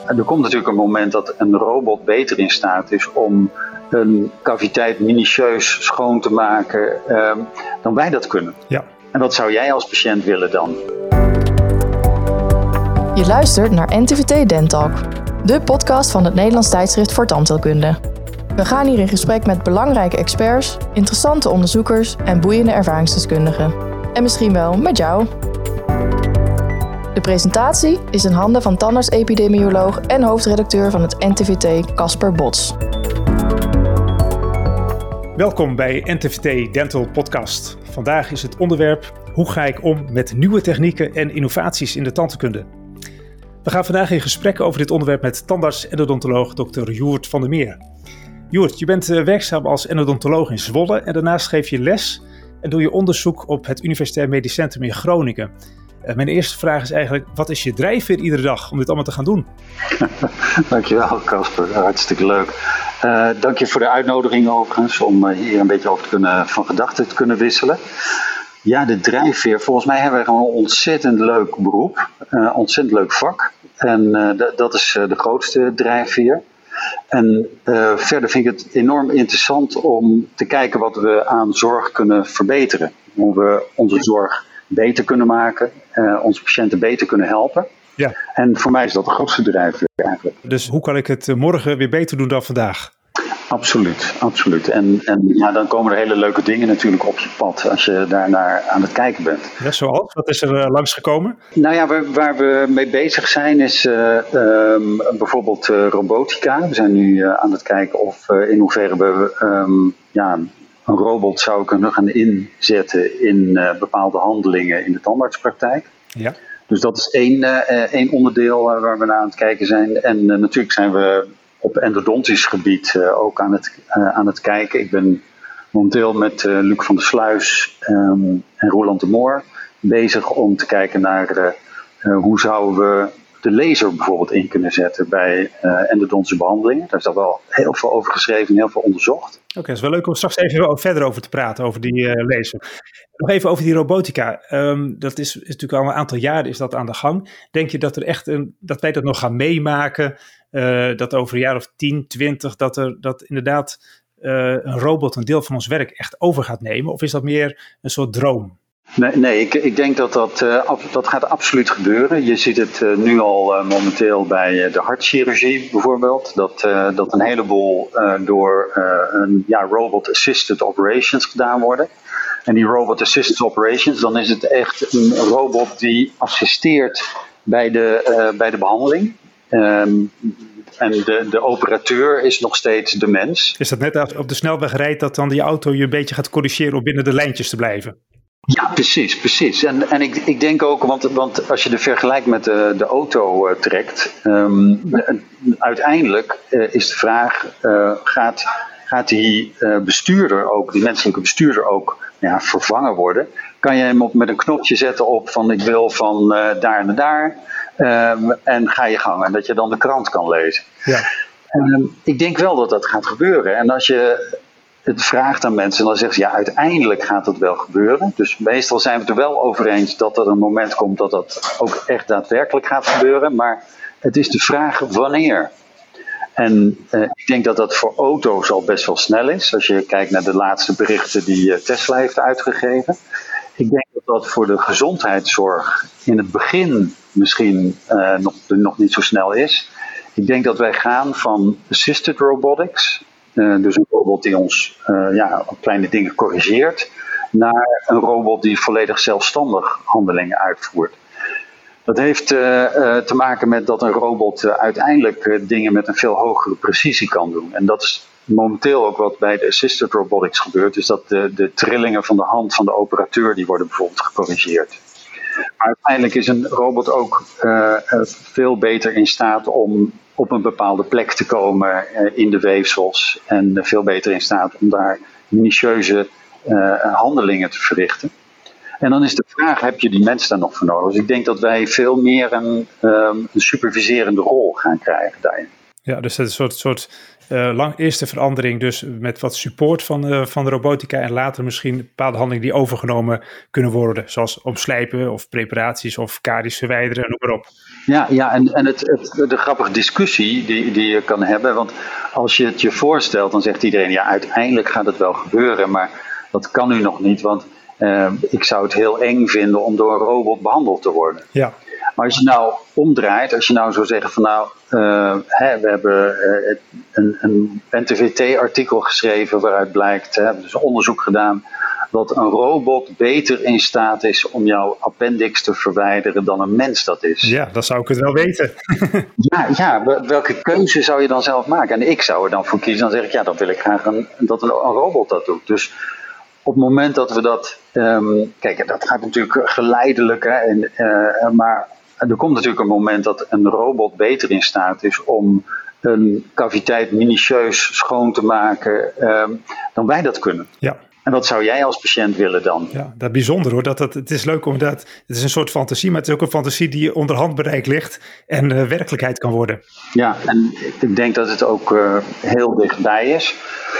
Er komt natuurlijk een moment dat een robot beter in staat is om een caviteit minutieus schoon te maken dan wij dat kunnen. Ja. En wat zou jij als patiënt willen dan? Je luistert naar NTVT Dentalk, de podcast van het Nederlands Tijdschrift voor Tandheelkunde. We gaan hier in gesprek met belangrijke experts, interessante onderzoekers en boeiende ervaringsdeskundigen. En misschien wel met jou. De presentatie is in handen van tandarts-epidemioloog en hoofdredacteur van het NTVT, Casper Bots. Welkom bij NTVT Dental Podcast. Vandaag is het onderwerp: hoe ga ik om met nieuwe technieken en innovaties in de tandheelkunde? We gaan vandaag in gesprek over dit onderwerp met tandarts en odontoloog Dr. Joert van der Meer. Joert, je bent werkzaam als endodontoloog in Zwolle en daarnaast geef je les en doe je onderzoek op het Universitair Medisch Centrum in Groningen. Mijn eerste vraag is eigenlijk: wat is je drijfveer iedere dag om dit allemaal te gaan doen? Dankjewel, Casper. Hartstikke leuk. Dank je voor de uitnodiging overigens om hier een beetje over van gedachten te kunnen wisselen. Ja, de drijfveer. Volgens mij hebben we gewoon een ontzettend leuk beroep. Ontzettend leuk vak. En dat is de grootste drijfveer. En verder vind ik het enorm interessant om te kijken wat we aan zorg kunnen verbeteren. Hoe we onze zorg beter kunnen maken, onze patiënten beter kunnen helpen. Ja. En voor mij is dat de grootste drijfveer eigenlijk. Dus hoe kan ik het morgen weer beter doen dan vandaag? Absoluut. En ja, dan komen er hele leuke dingen natuurlijk op je pad als je daarnaar aan het kijken bent. Ja, zoals? Wat is er langsgekomen? Nou ja, waar we mee bezig zijn is bijvoorbeeld robotica. We zijn nu aan het kijken of in hoeverre we een robot zou kunnen gaan inzetten in bepaalde handelingen in de tandartspraktijk. Ja. Dus dat is één onderdeel waar we naar aan het kijken zijn. En natuurlijk zijn we op endodontisch gebied ook aan het kijken. Ik ben momenteel met Luc van der Sluis en Roland de Moor bezig om te kijken naar hoe zouden we de laser bijvoorbeeld in kunnen zetten bij endodontische behandelingen. Daar is al wel heel veel over geschreven, heel veel onderzocht. Oké, dat is wel leuk om straks even verder over te praten, over die laser. Nog even over die robotica. Dat is natuurlijk al een aantal jaren is dat aan de gang. Denk je dat er echt dat wij dat nog gaan meemaken? Dat over een jaar of 10, 20, dat inderdaad een robot een deel van ons werk echt over gaat nemen? Of is dat meer een soort droom? Nee, ik denk dat gaat absoluut gebeuren. Je ziet het nu al momenteel bij de hartchirurgie bijvoorbeeld. Dat een heleboel door robot-assisted operations gedaan worden. En die robot-assisted operations, dan is het echt een robot die assisteert bij de behandeling. En de operateur is nog steeds de mens. Is dat net als op de snelweg rijdt dat dan die auto je een beetje gaat corrigeren om binnen de lijntjes te blijven? Ja, precies. En ik denk ook, want als je de vergelijk met de auto trekt, uiteindelijk is de vraag, gaat die bestuurder ook, die menselijke bestuurder ook vervangen worden? Kan je hem met een knopje zetten op van ik wil van daar naar daar en ga je gang. En dat je dan de krant kan lezen. Ja. Ik denk wel dat gaat gebeuren. En als je het vraagt aan mensen, dan zeggen ze uiteindelijk gaat dat wel gebeuren. Dus meestal zijn we het er wel over eens dat er een moment komt dat dat ook echt daadwerkelijk gaat gebeuren. Maar het is de vraag wanneer. En ik denk dat dat voor auto's al best wel snel is. Als je kijkt naar de laatste berichten die Tesla heeft uitgegeven. Ik denk dat dat voor de gezondheidszorg in het begin misschien nog niet zo snel is. Ik denk dat wij gaan van assisted robotics, dus een robot die ons op kleine dingen corrigeert, naar een robot die volledig zelfstandig handelingen uitvoert. Dat heeft te maken met dat een robot uiteindelijk dingen met een veel hogere precisie kan doen. En dat is momenteel ook wat bij de assisted robotics gebeurt. Dus dat de trillingen van de hand van de operateur die worden bijvoorbeeld gecorrigeerd. Maar uiteindelijk is een robot ook veel beter in staat om op een bepaalde plek te komen in de weefsels. En veel beter in staat om daar minutieuze handelingen te verrichten. En dan is de vraag, heb je die mensen daar nog voor nodig? Dus ik denk dat wij veel meer een superviserende rol gaan krijgen daarin. Ja, dus het is een soort Eerste verandering dus met wat support van de robotica en later misschien bepaalde handelingen die overgenomen kunnen worden. Zoals omslijpen of preparaties of karies verwijderen en noem maar op. Ja, en de grappige discussie die je kan hebben. Want als je het je voorstelt, dan zegt iedereen, ja, uiteindelijk gaat het wel gebeuren. Maar dat kan nu nog niet, want ik zou het heel eng vinden om door een robot behandeld te worden. Ja. Maar als je nou omdraait, als je nou zou zeggen van we hebben een NTVT-artikel geschreven waaruit blijkt, we hebben dus onderzoek gedaan, dat een robot beter in staat is om jouw appendix te verwijderen dan een mens dat is. Ja, dan zou ik het wel weten. Ja, welke keuze zou je dan zelf maken? En ik zou er dan voor kiezen, dan zeg ik, ja, dan wil ik graag dat een robot dat doet. Dus op het moment dat we dat, kijk, dat gaat natuurlijk geleidelijk, maar er komt natuurlijk een moment dat een robot beter in staat is om een caviteit minutieus schoon te maken dan wij dat kunnen. Ja. En wat zou jij als patiënt willen dan? Ja, dat is bijzonder hoor. Het is leuk omdat het is een soort fantasie, maar het is ook een fantasie die onder handbereik ligt en werkelijkheid kan worden. Ja, en ik denk dat het ook heel dichtbij is.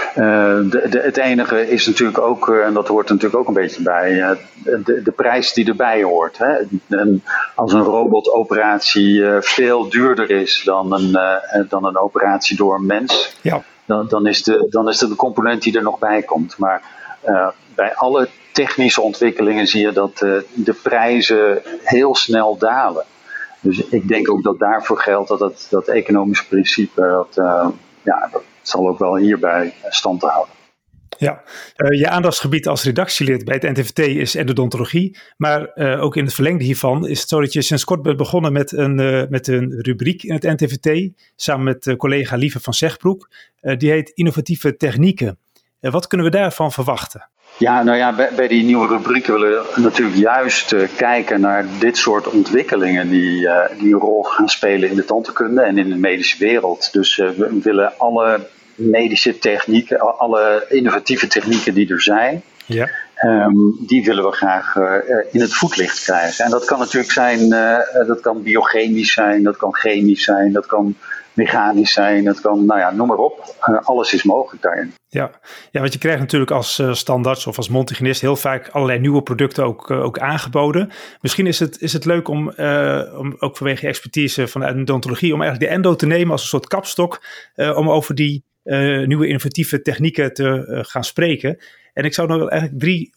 Het enige is natuurlijk ook, en dat hoort natuurlijk ook een beetje bij, de prijs die erbij hoort. Hè? En als een robotoperatie veel duurder is dan een operatie door een mens, ja. dan is het een component die er nog bij komt. Maar bij alle technische ontwikkelingen zie je dat de prijzen heel snel dalen. Dus ik denk ook dat daarvoor geldt dat economische principe, dat zal ook wel hierbij stand te houden. Ja, je aandachtsgebied als redactielid bij het NTVT is endodontologie, maar ook in het verlengde hiervan is het zo dat je sinds kort bent begonnen met een rubriek in het NTVT, samen met collega Lieve van Zegbroek, die heet Innovatieve Technieken. Wat kunnen we daarvan verwachten? Ja, nou ja, bij die nieuwe rubrieken willen we natuurlijk juist kijken naar dit soort ontwikkelingen die een rol gaan spelen in de tandheelkunde en in de medische wereld. Dus we willen alle medische technieken, alle innovatieve technieken die er zijn, ja. Die willen we graag in het voetlicht krijgen. En dat kan natuurlijk zijn, dat kan biochemisch zijn, dat kan chemisch zijn, dat kan mechanisch zijn, dat kan, noem maar op. Alles is mogelijk daarin. Ja, want je krijgt natuurlijk als standaards of als mondhygiënist heel vaak allerlei nieuwe producten ook aangeboden. Misschien is het leuk om ook vanwege je expertise vanuit de odontologie, om eigenlijk de endo te nemen als een soort kapstok, om over die nieuwe innovatieve technieken te gaan spreken. En ik zou nog wel eigenlijk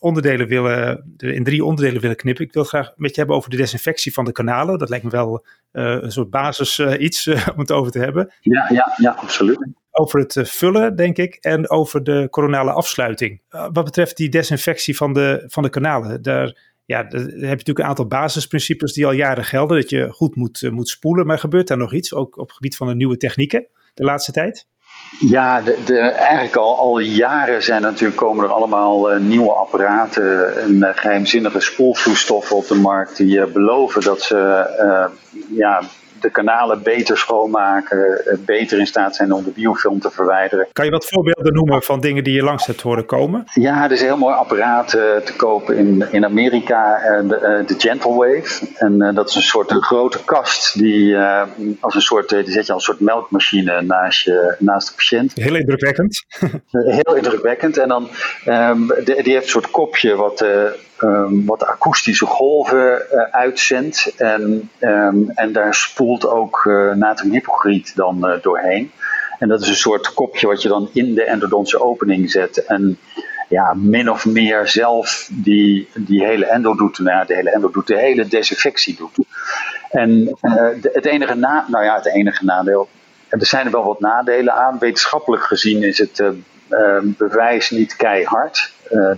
in drie onderdelen willen knippen. Ik wil graag met je hebben over de desinfectie van de kanalen. Dat lijkt me wel een soort basis iets om het over te hebben. Ja, absoluut. Over het vullen, denk ik, en over de coronale afsluiting. Wat betreft die desinfectie van de kanalen, daar heb je natuurlijk een aantal basisprincipes die al jaren gelden, dat je goed moet spoelen. Maar gebeurt daar nog iets, ook op het gebied van de nieuwe technieken, de laatste tijd? Ja, eigenlijk al jaren komen er allemaal nieuwe apparaten en geheimzinnige spoelvloeistoffen op de markt die beloven dat ze de kanalen beter schoonmaken, beter in staat zijn om de biofilm te verwijderen. Kan je wat voorbeelden noemen van dingen die je langs hebt horen komen? Ja, er is een heel mooi apparaat te kopen in Amerika, de Gentle Wave. En dat is een soort grote kast die zet je als een soort melkmachine naast de patiënt. Heel indrukwekkend. Heel indrukwekkend. En dan die heeft een soort kopje wat akoestische golven uitzendt. En daar spoelt ook natriumhypochloriet dan doorheen. En dat is een soort kopje wat je dan in de endodontische opening zet. En min of meer zelf die hele endo doet. De hele endo doet, de hele desinfectie doet. En het enige nadeel. Er zijn er wel wat nadelen aan. Wetenschappelijk gezien is het bewijs niet keihard.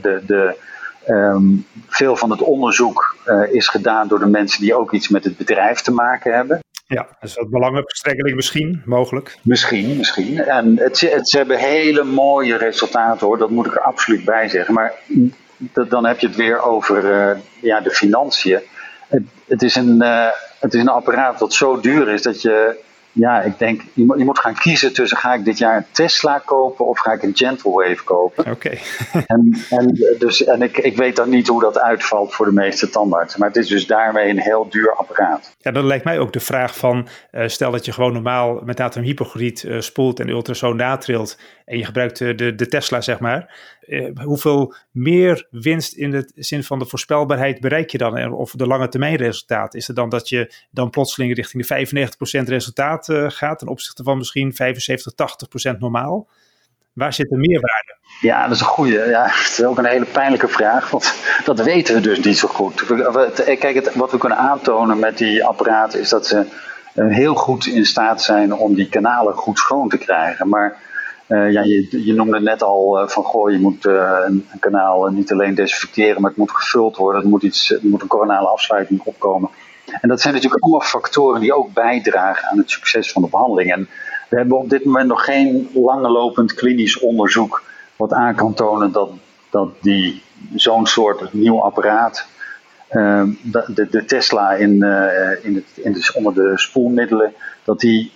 Veel van het onderzoek is gedaan door de mensen die ook iets met het bedrijf te maken hebben. Ja, dus dat belangenverstrengeling misschien, mogelijk. Misschien. En ze hebben hele mooie resultaten hoor, dat moet ik er absoluut bij zeggen. Maar dan heb je het weer over de financiën. Het is een apparaat dat zo duur is dat je ja, ik denk, je moet gaan kiezen tussen ga ik dit jaar een Tesla kopen of ga ik een Gentlewave kopen. Oké. En ik weet dan niet hoe dat uitvalt voor de meeste tandartsen. Maar het is dus daarmee een heel duur apparaat. Ja, dan lijkt mij ook de vraag van, stel dat je gewoon normaal met natriumhypochloriet spoelt en ultrasoon natrilt en je gebruikt de Tesla, zeg maar. Hoeveel meer winst in de zin van de voorspelbaarheid bereik je dan? Of de lange termijn resultaat? Is het dan dat je dan plotseling richting de 95% resultaat gaat ten opzichte van misschien 75-80% normaal? Waar zit de meerwaarde? Ja, dat is een goeie. Ja, het is ook een hele pijnlijke vraag, want dat weten we dus niet zo goed. Kijk, wat we kunnen aantonen met die apparaten is dat ze heel goed in staat zijn om die kanalen goed schoon te krijgen. Maar je noemde net al je moet een kanaal niet alleen desinfecteren, maar het moet gevuld worden. Er moet een coronale afsluiting opkomen. En dat zijn natuurlijk allemaal factoren die ook bijdragen aan het succes van de behandeling. En we hebben op dit moment nog geen langlopend klinisch onderzoek wat aan kan tonen dat zo'n soort nieuw apparaat, de Tesla onder de spoelmiddelen, dat die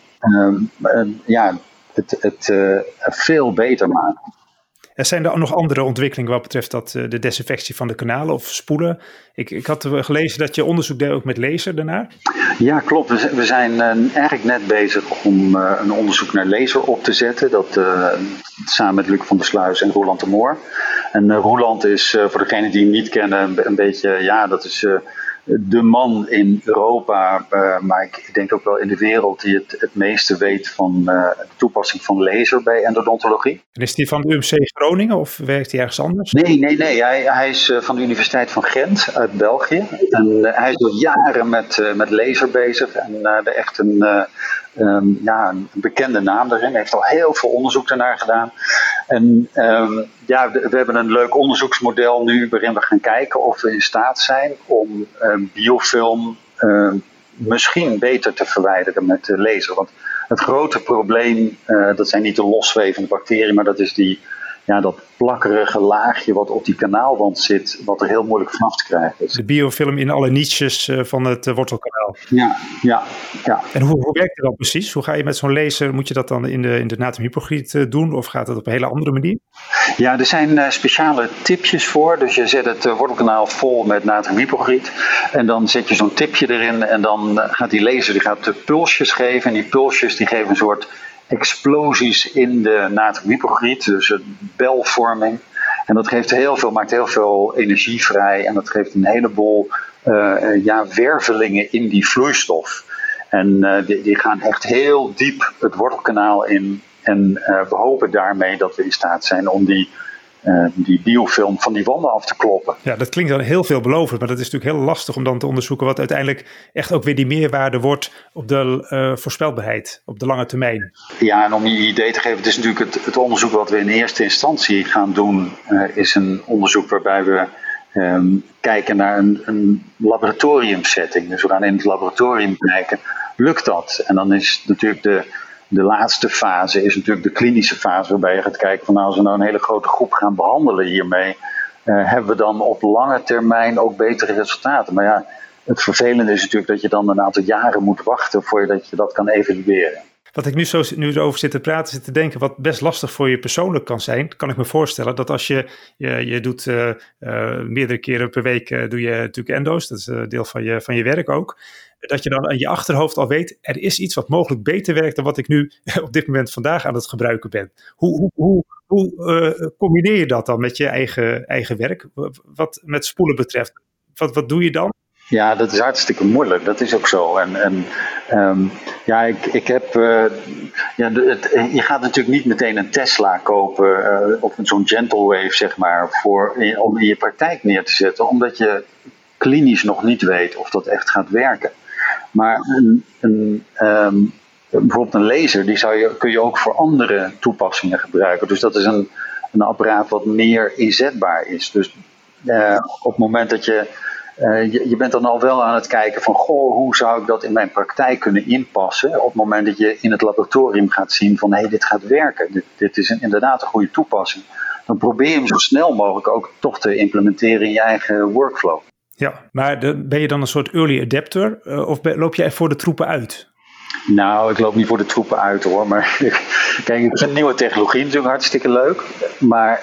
het veel beter maakt. Zijn er nog andere ontwikkelingen wat betreft de desinfectie van de kanalen of spoelen? Ik had gelezen dat je onderzoek deed ook met laser daarnaar. Ja, klopt. We zijn eigenlijk net bezig om een onderzoek naar laser op te zetten. Dat samen met Luc van der Sluis en Roland de Moor. En Roland is, voor degenen die hem niet kennen, een beetje, dat is de man in Europa, maar ik denk ook wel in de wereld die het meeste weet van de toepassing van laser bij endodontologie. En is die van de UMC Groningen of werkt hij ergens anders? Nee. Hij is van de Universiteit van Gent uit België. En hij is al jaren met laser bezig en echt een bekende naam daarin. Hij heeft al heel veel onderzoek daarnaar gedaan. En we hebben een leuk onderzoeksmodel nu waarin we gaan kijken of we in staat zijn om biofilm misschien beter te verwijderen met laser. Want het grote probleem, dat zijn niet de loszwevende bacteriën, maar dat is dat plakkerige laagje wat op die kanaalwand zit, wat er heel moeilijk vanaf te krijgen is. De biofilm in alle niches van het wortelkanaal. Ja. En hoe werkt het dan precies? Hoe ga je met zo'n laser, moet je dat dan in de natriumhypochloriet doen of gaat het op een hele andere manier? Ja, er zijn speciale tipjes voor. Dus je zet het wortelkanaal vol met natriumhypochloriet en dan zet je zo'n tipje erin en dan gaat die laser pulsjes geven en die pulsjes die geven een soort explosies in de natriumhypochloriet, dus belvorming. En dat maakt heel veel energie vrij en dat geeft een heleboel wervelingen in die vloeistof. En die gaan echt heel diep het wortelkanaal in. En we hopen daarmee dat we in staat zijn om die biofilm van die wanden af te kloppen. Ja, dat klinkt dan heel veelbelovend, maar dat is natuurlijk heel lastig om dan te onderzoeken wat uiteindelijk echt ook weer die meerwaarde wordt op de voorspelbaarheid, op de lange termijn. Ja, en om je idee te geven, het is natuurlijk het onderzoek wat we in eerste instantie gaan doen, is een onderzoek waarbij we kijken naar een laboratoriumsetting. Dus we gaan in het laboratorium kijken, lukt dat? En dan is natuurlijk de laatste fase is natuurlijk de klinische fase waarbij je gaat kijken van als we nou een hele grote groep gaan behandelen hiermee, hebben we dan op lange termijn ook betere resultaten. Maar ja, het vervelende is natuurlijk dat je dan een aantal jaren moet wachten voordat je dat kan evalueren. Wat ik nu erover zit te praten, zit te denken, wat best lastig voor je persoonlijk kan zijn, kan ik me voorstellen, dat als je doet meerdere keren per week doe je natuurlijk endo's, dat is deel van je werk ook, dat je dan aan je achterhoofd al weet, er is iets wat mogelijk beter werkt dan wat ik nu op dit moment vandaag aan het gebruiken ben. Hoe combineer je dat dan met je eigen werk? Wat met spoelen betreft, wat doe je dan? Ja, dat is hartstikke moeilijk. Dat is ook zo. Je gaat natuurlijk niet meteen een Tesla kopen of zo'n Gentlewave, zeg maar, om in je praktijk neer te zetten, omdat je klinisch nog niet weet of dat echt gaat werken. Maar bijvoorbeeld een laser, kun je ook voor andere toepassingen gebruiken. Dus dat is een apparaat wat meer inzetbaar is. Dus op het moment dat je bent dan al wel aan het kijken van, hoe zou ik dat in mijn praktijk kunnen inpassen? Op het moment dat je in het laboratorium gaat zien van, dit gaat werken. Dit is inderdaad een goede toepassing. Dan probeer je hem zo snel mogelijk ook toch te implementeren in je eigen workflow. Ja, maar ben je dan een soort early adapter of loop je echt voor de troepen uit? Nou, ik loop niet voor de troepen uit hoor. Maar kijk, ik vind nieuwe technologie natuurlijk hartstikke leuk. Maar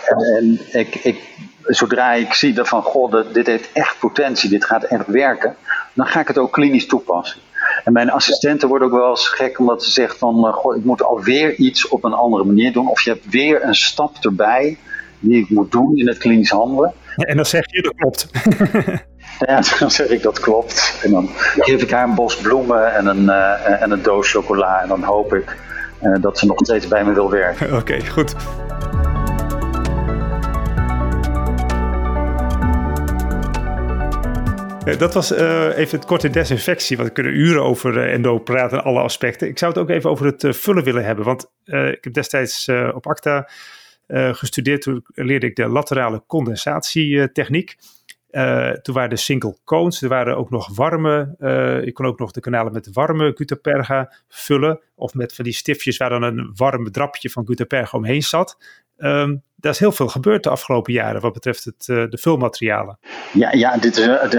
zodra ik zie dat van, dit heeft echt potentie, dit gaat echt werken, dan ga ik het ook klinisch toepassen. En mijn assistenten worden ook wel eens gek omdat ze zegt van, ik moet alweer iets op een andere manier doen. Of je hebt weer een stap erbij die ik moet doen in het klinisch handelen. En dan zeg je dat klopt. Ja, dan zeg ik dat klopt. En dan geef ik haar een bos bloemen en een doos chocola. En dan hoop ik dat ze nog steeds bij me wil werken. Oké, goed. Dat was even het korte desinfectie, want we kunnen uren over endo praten en alle aspecten. Ik zou het ook even over het vullen willen hebben, want ik heb destijds op ACTA gestudeerd. Toen leerde ik de laterale condensatietechniek. Toen waren de single cones, er waren ook nog warme, je kon ook nog de kanalen met warme gutta-percha vullen, of met van die stiftjes waar dan een warm drapje van gutta-percha omheen zat. Daar is heel veel gebeurd de afgelopen jaren wat betreft de vulmaterialen. Ja, dit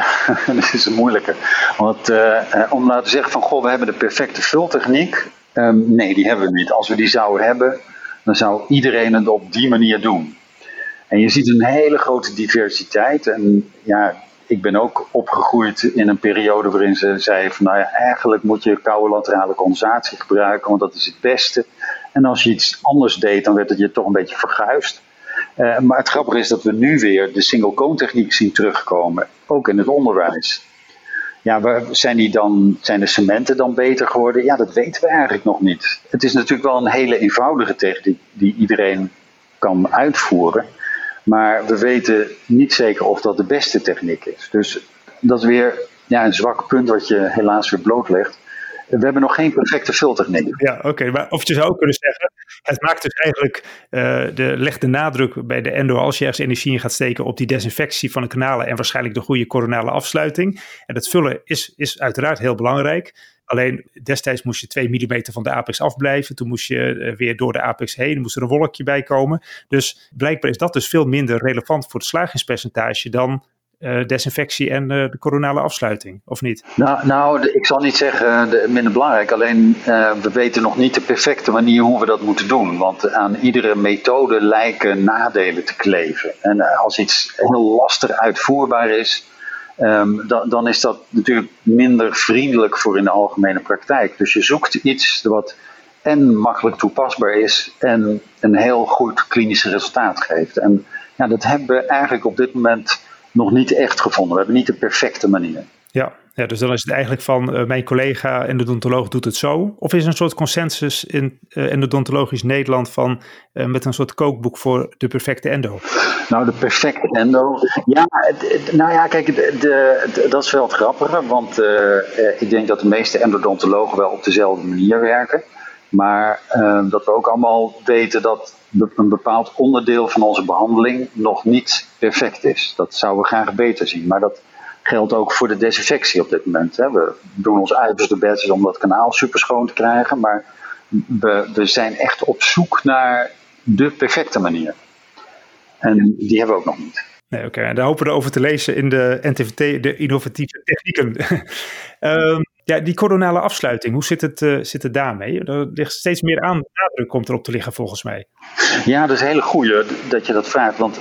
is een moeilijke. Want om nou te zeggen van, we hebben de perfecte vultechniek. Nee, die hebben we niet. Als we die zouden hebben, dan zou iedereen het op die manier doen. En je ziet een hele grote diversiteit. En ja, ik ben ook opgegroeid in een periode waarin ze zeiden van, eigenlijk moet je koude laterale condensatie gebruiken, want dat is het beste. En als je iets anders deed, dan werd het je toch een beetje verguisd. Maar het grappige is dat we nu weer de single cone techniek zien terugkomen, ook in het onderwijs. Ja, zijn de cementen dan beter geworden? Ja, dat weten we eigenlijk nog niet. Het is natuurlijk wel een hele eenvoudige techniek die iedereen kan uitvoeren. Maar we weten niet zeker of dat de beste techniek is. Dus dat is weer een zwak punt wat je helaas weer blootlegt. We hebben nog geen perfecte vultechniek. Ja, oké. Maar of je zou ook kunnen zeggen, het maakt dus eigenlijk, legt de nadruk bij de endo als je ergens energie in gaat steken op die desinfectie van de kanalen en waarschijnlijk de goede coronale afsluiting. En het vullen is uiteraard heel belangrijk. Alleen destijds moest je 2 millimeter van de apex afblijven. Toen moest je weer door de apex heen. Er moest er een wolkje bij komen. Dus blijkbaar is dat dus veel minder relevant voor het slagingspercentage dan desinfectie en de coronale afsluiting, of niet? Nou, ik zal niet zeggen minder belangrijk. Alleen we weten nog niet de perfecte manier hoe we dat moeten doen. Want aan iedere methode lijken nadelen te kleven. En als iets heel lastig uitvoerbaar is, dan is dat natuurlijk minder vriendelijk voor in de algemene praktijk. Dus je zoekt iets wat en makkelijk toepasbaar is en een heel goed klinisch resultaat geeft. En ja, dat hebben we eigenlijk op dit moment nog niet echt gevonden. We hebben niet de perfecte manier. Ja, dus dan is het eigenlijk van mijn collega endodontoloog doet het zo. Of is er een soort consensus in endodontologisch Nederland van met een soort kookboek voor de perfecte endo? Nou, de perfecte endo. Ja, kijk, dat is wel het grappige. Want ik denk dat de meeste endodontologen wel op dezelfde manier werken. Maar dat we ook allemaal weten dat een bepaald onderdeel van onze behandeling nog niet perfect is. Dat zouden we graag beter zien. Maar dat geldt ook voor de desinfectie op dit moment. Hè. We doen ons uiterste best om dat kanaal super schoon te krijgen. Maar we zijn echt op zoek naar de perfecte manier. En die hebben we ook nog niet. Nee, oké. En daar hopen we over te lezen in de NTVT, de innovatieve technieken. Die coronale afsluiting, hoe zit het daarmee? Er ligt steeds meer nadruk komt erop te liggen volgens mij. Ja, dat is een hele goeie dat je dat vraagt. Want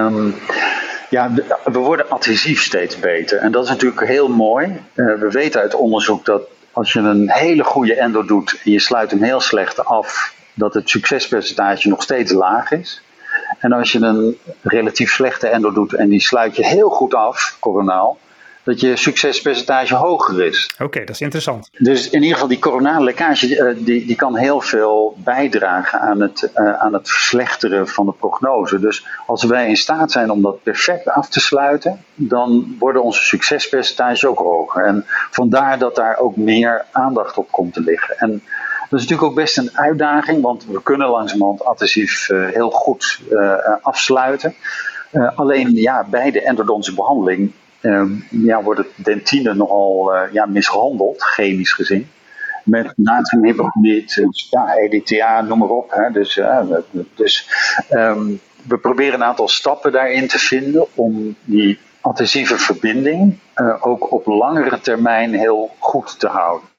we worden adhesief steeds beter. En dat is natuurlijk heel mooi. We weten uit onderzoek dat als je een hele goede endo doet en je sluit hem heel slecht af, dat het succespercentage nog steeds laag is. En als je een relatief slechte endo doet en die sluit je heel goed af, coronaal, dat je succespercentage hoger is. Oké, dat is interessant. Dus in ieder geval die coronale lekkage, die kan heel veel bijdragen aan het verslechteren van de prognose. Dus als wij in staat zijn om dat perfect af te sluiten, dan worden onze succespercentages ook hoger. En vandaar dat daar ook meer aandacht op komt te liggen. En dat is natuurlijk ook best een uitdaging, want we kunnen langzamerhand adhesief heel goed afsluiten. Alleen bij de endodontische behandeling wordt het dentine nogal mishandeld, chemisch gezien. Met natriumhypochloriet, EDTA, noem maar op. Hè. Dus we proberen een aantal stappen daarin te vinden om die adhesieve verbinding ook op langere termijn heel goed te houden.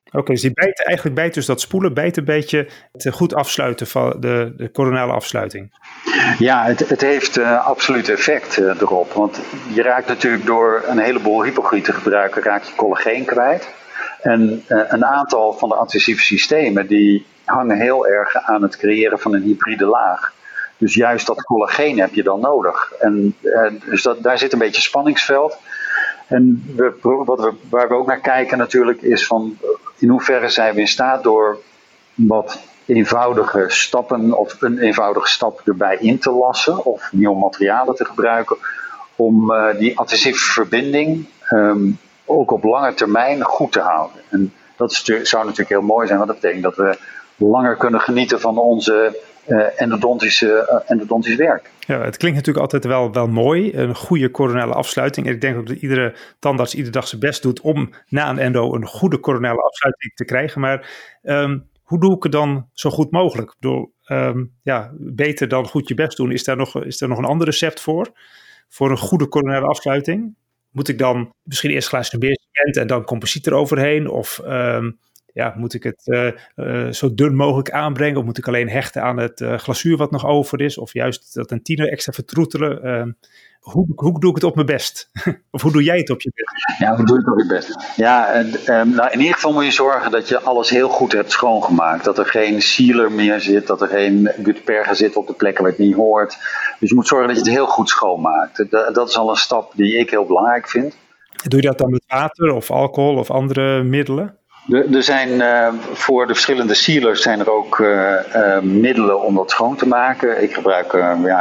Oké, dus die bijt dus dat spoelen bijt een beetje het goed afsluiten van de coronale afsluiting. Ja, het heeft absoluut effect erop. Want je raakt natuurlijk door een heleboel hypogriet te gebruiken, raak je collageen kwijt. En een aantal van de adhesieve systemen die hangen heel erg aan het creëren van een hybride laag. Dus juist dat collageen heb je dan nodig. En dus daar zit een beetje spanningsveld. En waar we ook naar kijken natuurlijk is van in hoeverre zijn we in staat door wat eenvoudige stappen of een eenvoudige stap erbij in te lassen of nieuwe materialen te gebruiken om die adhesieve verbinding ook op lange termijn goed te houden. En dat zou natuurlijk heel mooi zijn, want dat betekent dat we langer kunnen genieten van onze endodontisch werk. Ja, het klinkt natuurlijk altijd wel mooi, een goede coronale afsluiting. En ik denk ook dat iedere tandarts iedere dag zijn best doet om na een endo een goede coronale afsluiting te krijgen. Maar hoe doe ik het dan zo goed mogelijk? Ik bedoel, beter dan goed je best doen. Is daar nog een ander recept voor een goede coronale afsluiting? Moet ik dan misschien eerst glazuurcement en dan composiet eroverheen? Of moet ik het zo dun mogelijk aanbrengen? Of moet ik alleen hechten aan het glazuur wat nog over is? Of juist dat dentine extra vertroetelen? Hoe doe ik het op mijn best? Of hoe doe jij het op je best? Ja, hoe doe ik het op je best? Ja, in ieder geval moet je zorgen dat je alles heel goed hebt schoongemaakt. Dat er geen sealer meer zit, dat er geen gutperga zit op de plekken waar het niet hoort. Dus je moet zorgen dat je het heel goed schoonmaakt. Dat is al een stap die ik heel belangrijk vind. Doe je dat dan met water of alcohol of andere middelen? Er zijn voor de verschillende sealers zijn er ook middelen om dat schoon te maken. Ik gebruik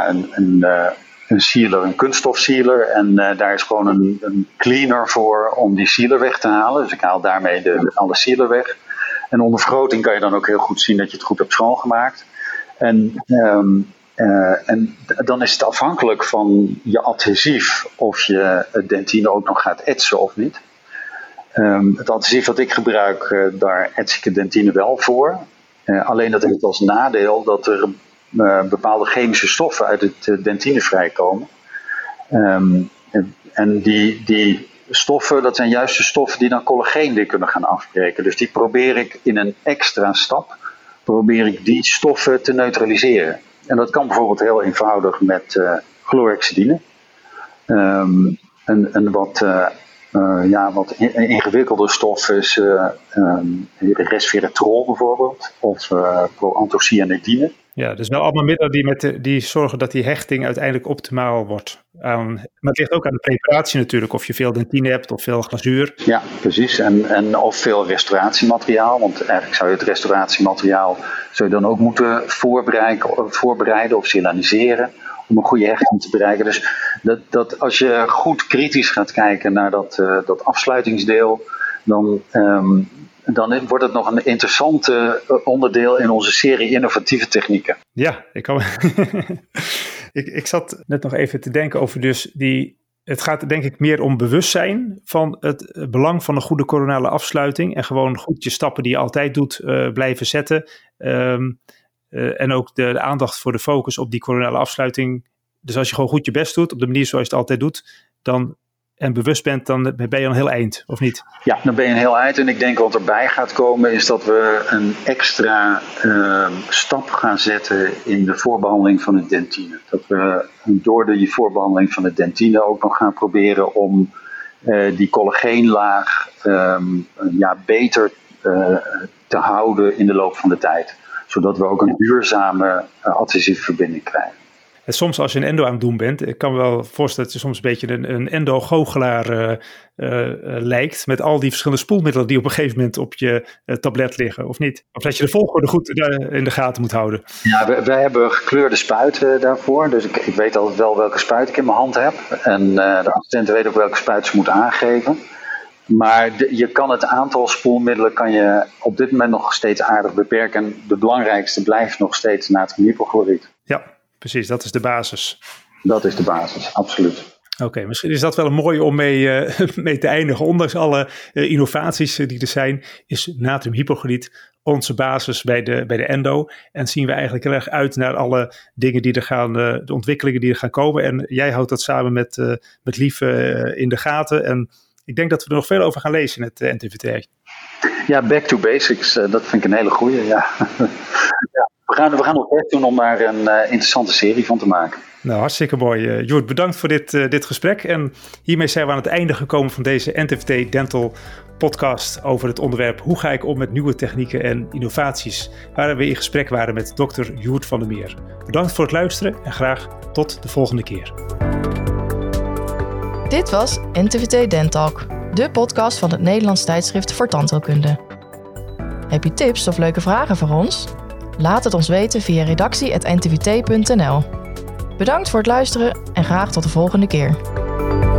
een sealer, een kunststofsealer. En daar is gewoon een cleaner voor om die sealer weg te halen. Dus ik haal daarmee alle sealer weg. En onder vergroting kan je dan ook heel goed zien dat je het goed hebt schoongemaakt. En dan is het afhankelijk van je adhesief of je dentine ook nog gaat etsen of niet. Het adhesief dat ik gebruik, daar ets ik de dentine wel voor. Alleen dat heeft als nadeel dat er bepaalde chemische stoffen uit het dentine vrijkomen. En die stoffen, dat zijn juist de stoffen die dan collageen weer kunnen gaan afbreken. Dus die probeer ik in een extra stap, die stoffen te neutraliseren. En dat kan bijvoorbeeld heel eenvoudig met chlorhexidine. Een wat ingewikkelde stof is resveratrol bijvoorbeeld, of proanthocyanidine. Ja, dus wel allemaal middelen die zorgen dat die hechting uiteindelijk optimaal wordt. Maar het ligt ook aan de preparatie natuurlijk, of je veel dentine hebt of veel glazuur. Ja, precies. En of veel restauratiemateriaal, want eigenlijk zou je het restauratiemateriaal dan ook moeten voorbereiden of silaniseren om een goede hechting te bereiken. Dus dat als je goed kritisch gaat kijken naar dat afsluitingsdeel, dan wordt het nog een interessant onderdeel in onze serie innovatieve technieken. Ja, ik zat net nog even te denken over dus het gaat denk ik meer om bewustzijn van het belang van een goede coronale afsluiting en gewoon goed je stappen die je altijd doet blijven zetten. En ook de aandacht voor de focus op die coronale afsluiting. Dus als je gewoon goed je best doet op de manier zoals je het altijd doet, en bewust bent, dan ben je een heel eind, of niet? Ja, dan ben je een heel eind. En ik denk wat erbij gaat komen is dat we een extra stap gaan zetten in de voorbehandeling van de dentine. Dat we door die voorbehandeling van de dentine ook nog gaan proberen om die collageenlaag beter te houden in de loop van de tijd. Zodat we ook een duurzame adhesieve verbinding krijgen. En soms als je een endo aan het doen bent, ik kan me wel voorstellen dat je soms een beetje een endo-goochelaar lijkt. Met al die verschillende spoelmiddelen die op een gegeven moment op je tablet liggen, of niet? Of dat je de volgorde goed in de gaten moet houden. Ja, wij hebben gekleurde spuiten daarvoor. Dus ik weet altijd wel welke spuit ik in mijn hand heb. En de assistenten weten ook welke spuit ze moeten aangeven. Maar je kan het aantal spoelmiddelen kan je op dit moment nog steeds aardig beperken. En de belangrijkste blijft nog steeds natriumhypochloriet. Ja, precies. Dat is de basis. Dat is de basis, absoluut. Oké, misschien is dat wel een mooie om mee te eindigen. Ondanks alle innovaties die er zijn, is natriumhypochloriet onze basis bij de endo. En zien we eigenlijk heel erg uit naar alle dingen die er gaan, de ontwikkelingen die er gaan komen. En jij houdt dat samen met Lief in de gaten. En ik denk dat we er nog veel over gaan lezen in het NTVT. Ja, back to basics, dat vind ik een hele goeie. Ja. Ja, we gaan ons best doen om daar een interessante serie van te maken. Nou, hartstikke mooi. Sjoerd, bedankt voor dit gesprek. En hiermee zijn we aan het einde gekomen van deze NTVT Dental podcast over het onderwerp hoe ga ik om met nieuwe technieken en innovaties, waar we in gesprek waren met Dr. Sjoerd van der Meer. Bedankt voor het luisteren en graag tot de volgende keer. Dit was NTVT Dentalk, de podcast van het Nederlands tijdschrift voor tandheelkunde. Heb je tips of leuke vragen voor ons? Laat het ons weten via redactie@ntvt.nl. Bedankt voor het luisteren en graag tot de volgende keer.